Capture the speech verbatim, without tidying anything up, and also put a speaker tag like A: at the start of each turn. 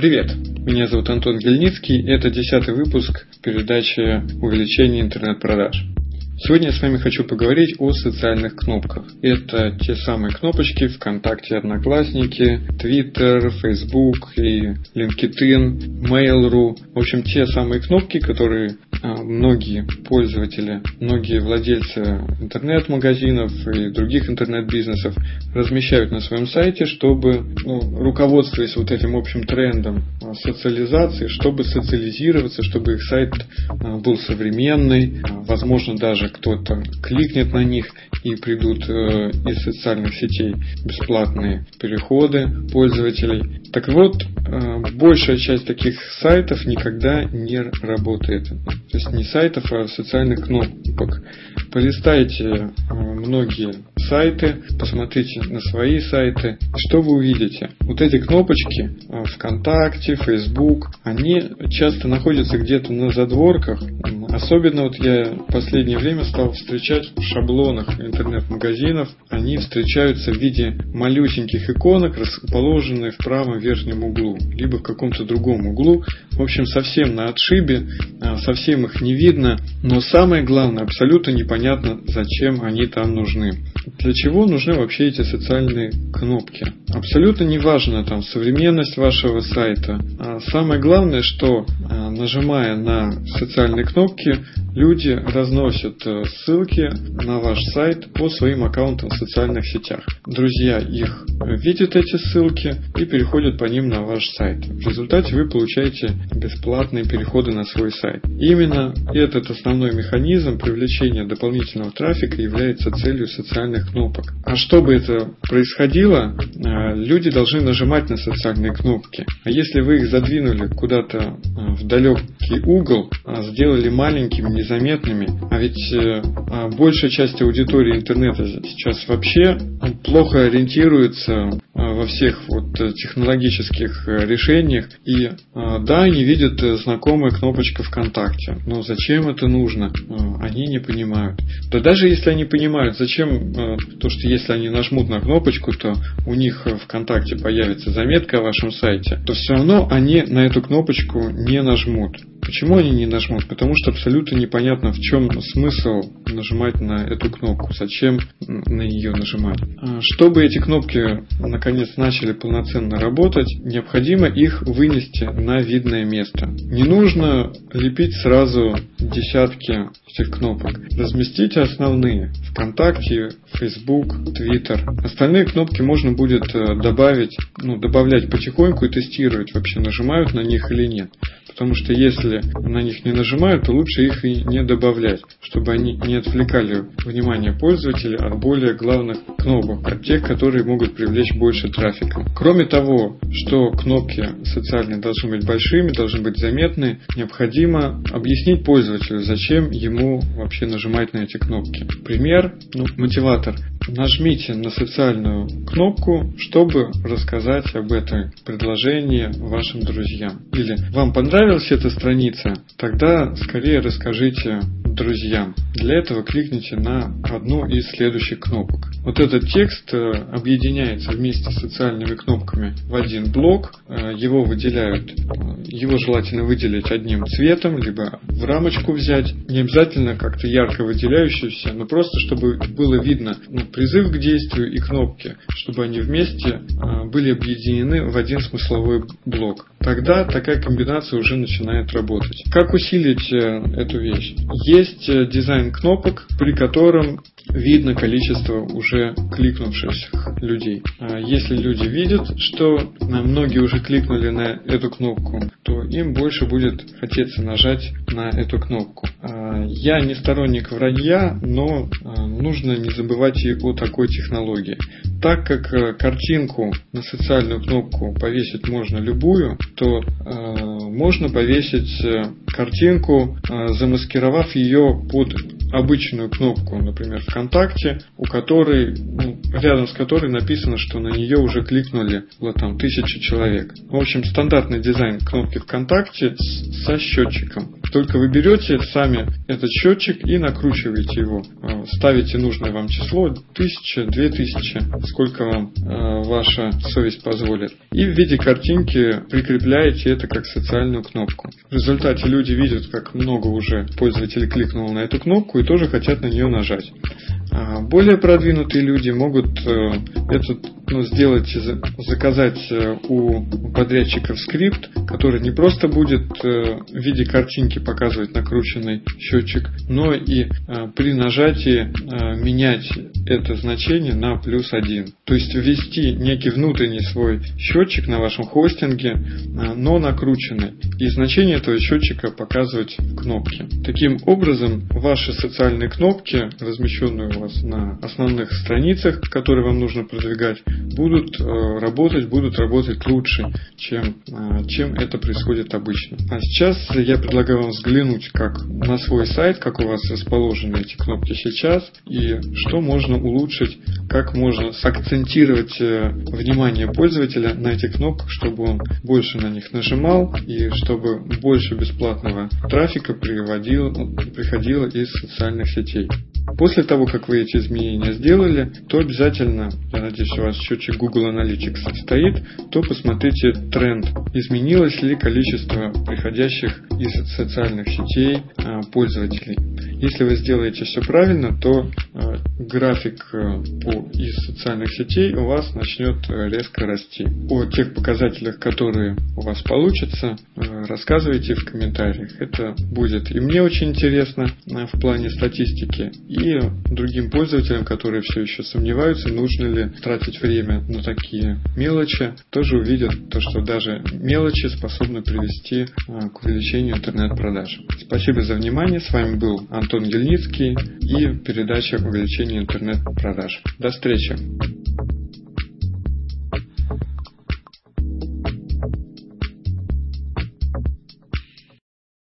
A: Привет, меня зовут Антон Гельницкий, и это десятый выпуск передачи «Увеличение интернет-продаж». Сегодня я с вами хочу поговорить о социальных кнопках. Это те самые кнопочки ВКонтакте, Одноклассники, Twitter, Facebook и LinkedIn, Mail.ru. В общем, те самые кнопки, которые многие пользователи, многие владельцы интернет-магазинов и других интернет-бизнесов размещают на своем сайте, чтобы, ну, руководствуясь вот этим общим трендом социализации, чтобы социализироваться, чтобы их сайт был современный, возможно, даже кто-то кликнет на них и придут из социальных сетей бесплатные переходы пользователей. Так вот, большая часть таких сайтов никогда не работает. То есть не сайтов, а социальных кнопок. Полистайте многие сайты, посмотрите на свои сайты. Что вы увидите? Вот эти кнопочки ВКонтакте, Facebook, они часто находятся где-то на задворках. Особенно вот я в последнее время стал встречать в шаблонах интернет-магазинов. Они встречаются в виде малюсеньких иконок, расположенных в правом верхнем углу, либо в каком-то другом углу. В общем, совсем на отшибе, совсем их не видно. Но самое главное, абсолютно непонятно, зачем они там нужны. Для чего нужны вообще эти социальные кнопки? Абсолютно не важно там современность вашего сайта. А самое главное, что нажимая на социальные кнопки, люди разносят ссылки на ваш сайт по своим аккаунтам в социальных сетях. Друзья их видят, эти ссылки, и переходят по ним на ваш сайт. В результате вы получаете бесплатные переходы на свой сайт. Именно этот основной механизм привлечения дополнительного трафика является целью социальных кнопок. А чтобы это происходило, люди должны нажимать на социальные кнопки. А если вы их задвинули куда-то в далекий угол, сделали маленькими, незаметными, а ведь большая часть аудитории интернета сейчас вообще плохо ориентируется во всех вот технологических решениях, и да, они видят знакомую кнопочку ВКонтакте, но зачем это нужно, они не понимают. Да даже если они понимают, зачем, то что если они нажмут на кнопочку, то у них ВКонтакте появится заметка о вашем сайте, то все равно они на эту кнопочку не нажмут. Почему они не нажмут? Потому что абсолютно непонятно, в чем смысл нажимать на эту кнопку, зачем на нее нажимать. Чтобы эти кнопки наконец начали полноценно работать, необходимо их вынести на видное место. Не нужно лепить сразу десятки этих кнопок. Разместите основные: ВКонтакте, Facebook, Twitter. Остальные кнопки можно будет добавить, ну, добавлять потихоньку и тестировать, вообще нажимают на них или нет. Потому что если на них не нажимают, то лучше их и не добавлять, чтобы они не отвлекали внимание пользователя от более главных кнопок, от тех, которые могут привлечь больше трафика. Кроме того, что кнопки социальные должны быть большими, должны быть заметны, необходимо объяснить пользователю, зачем ему вообще нажимать на эти кнопки. Пример, ну, мотиватор. Нажмите на социальную кнопку, чтобы рассказать об этом предложении вашим друзьям. Или вам понравилась эта страница? Тогда скорее расскажите друзьям. Для этого кликните на одну из следующих кнопок. Вот этот текст объединяется вместе с социальными кнопками в один блок. Его выделяют, его желательно выделить одним цветом, либо в рамочку взять. Не обязательно как-то ярко выделяющуюся, но просто чтобы было видно, ну, призыв к действию и кнопки, чтобы они вместе были объединены в один смысловой блок. Тогда такая комбинация уже начинает работать. Как усилить эту вещь? Есть дизайн кнопок, при котором видно количество уже кликнувших людей. Если люди видят, что многие уже кликнули на эту кнопку, то им больше будет хотеться нажать на эту кнопку. Я не сторонник вранья, но нужно не забывать и о такой технологии. Так как картинку на социальную кнопку повесить можно любую, то можно повесить картинку, замаскировав ее под обычную кнопку, например, ВКонтакте, у которой, ну, рядом с которой написано, что на нее уже кликнули вот там тысячи человек. В общем, стандартный дизайн кнопки ВКонтакте с, со счетчиком. Только вы берете сами этот счетчик и накручиваете его. Ставите нужное вам число, тысяча, две тысячи, сколько вам э, ваша совесть позволит. И в виде картинки прикрепляете это как социальную кнопку. В результате люди видят, как много уже пользователей кликнуло на эту кнопку и тоже хотят на нее нажать. А более продвинутые люди могут э, этот, ну, сделать, заказать э, у подрядчиков скрипт, который не просто будет э, в виде картинки показывать накрученный счетчик, но и э, при нажатии э, менять это значение на плюс один. То есть ввести некий внутренний свой счетчик на вашем хостинге, э, но накрученный. И значение этого счетчика показывать в кнопке. Таким образом, ваши социальные кнопки, размещенные у вас на основных страницах, которые вам нужно продвигать, будут э, работать, будут работать лучше, чем, э, чем это происходит обычно. А сейчас я предлагаю вам взглянуть как на свой сайт, как у вас расположены эти кнопки сейчас, и что можно улучшить, как можно сакцентировать э, внимание пользователя на этих кнопках, чтобы он больше на них нажимал и чтобы больше бесплатного трафика приводило, приходило из социальных сетей. После того, как вы эти изменения сделали, то обязательно, я надеюсь, у вас счетчик Google Analytics стоит, то посмотрите тренд, изменилось ли количество приходящих из социальных сетей пользователей. Если вы сделаете все правильно, то график по, из социальных сетей у вас начнет резко расти. О тех показателях, которые у вас получатся, рассказывайте в комментариях. Это будет и мне очень интересно в плане статистики, и другим пользователям, которые все еще сомневаются, нужно ли тратить время на такие мелочи, тоже увидят то, что даже мелочи способны привести к увеличению интернет-продаж. Спасибо за внимание. С вами был Антон Гельницкий и передача «Увеличение интернет-продаж». До встречи!